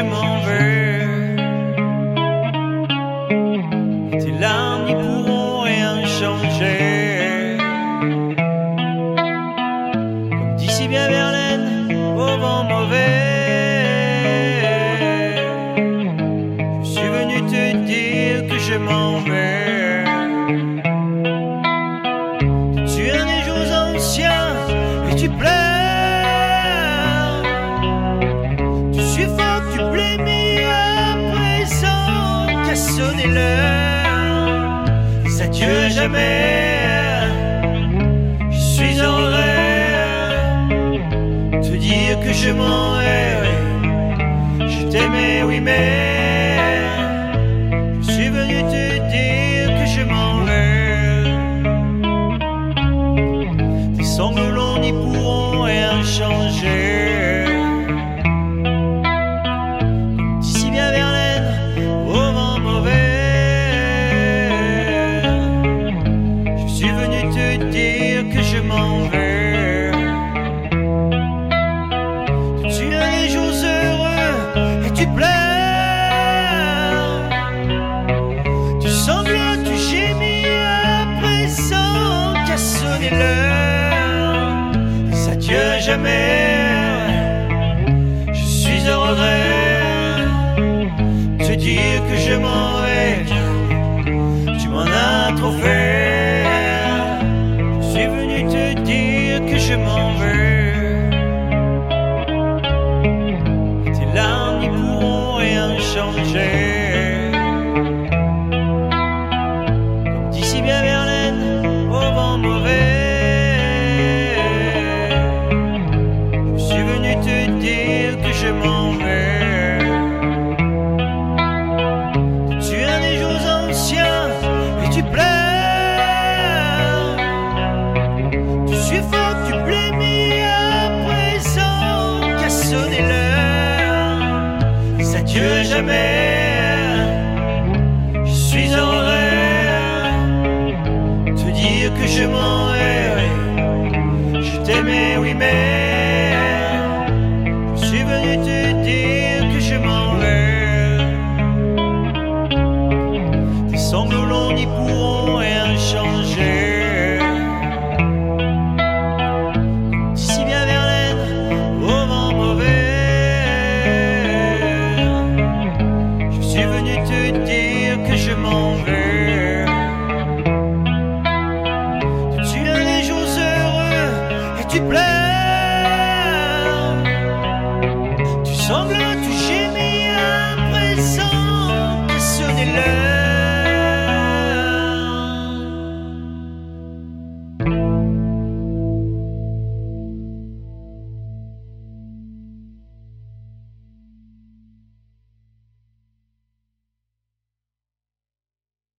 je m'en vais. Tes larmes n'y pourront rien changer. Comme d'ici bien Verlaine, au vent mauvais, je suis venu te dire que je m'en vais. Tu es des jours anciens et tu pleures. Tu suffoques, tu blêmis à présent qu'à sonner l'heure. C'est adieu jamais. Je suis en rêve te dire que je m'en vais. Je t'aimais, oui, mais je suis venu te dire que je m'en vais. Tes sanglots n'y pourront rien changer. D'ici bien Verlaine, au vent mauvais, je suis venu te dire que je m'en vais. Tu as des jours heureux et tu pleures. Tu sanglotes, tu gémis à présent qu'à sonner l'heure. C'est adieu jamais. Je suis au regret te dire que je m'en vais. Tu m'en as trop fait. Je suis venu te dire que je m'en vais. Tes larmes n'y pourront rien changer. Comme d'ici bien Verlaine, au vent mauvais, je suis venu te dire que je m'en vais. Tu as des jours anciens et tu pleures. Tu suffoques, tu blêmis à présent qu'à sonner l'heure. C'est adieu jamais. Je suis en rêve te dire que je m'en vais. Je t'aimais, oui, mais je suis venu te dire que je m'en vais. Tes sanglots n'y pourront rien changer. D'ici bien Verlaine, au vent mauvais, je suis venu te dire que je m'en vais. Tu as des jours heureux et tu pleures.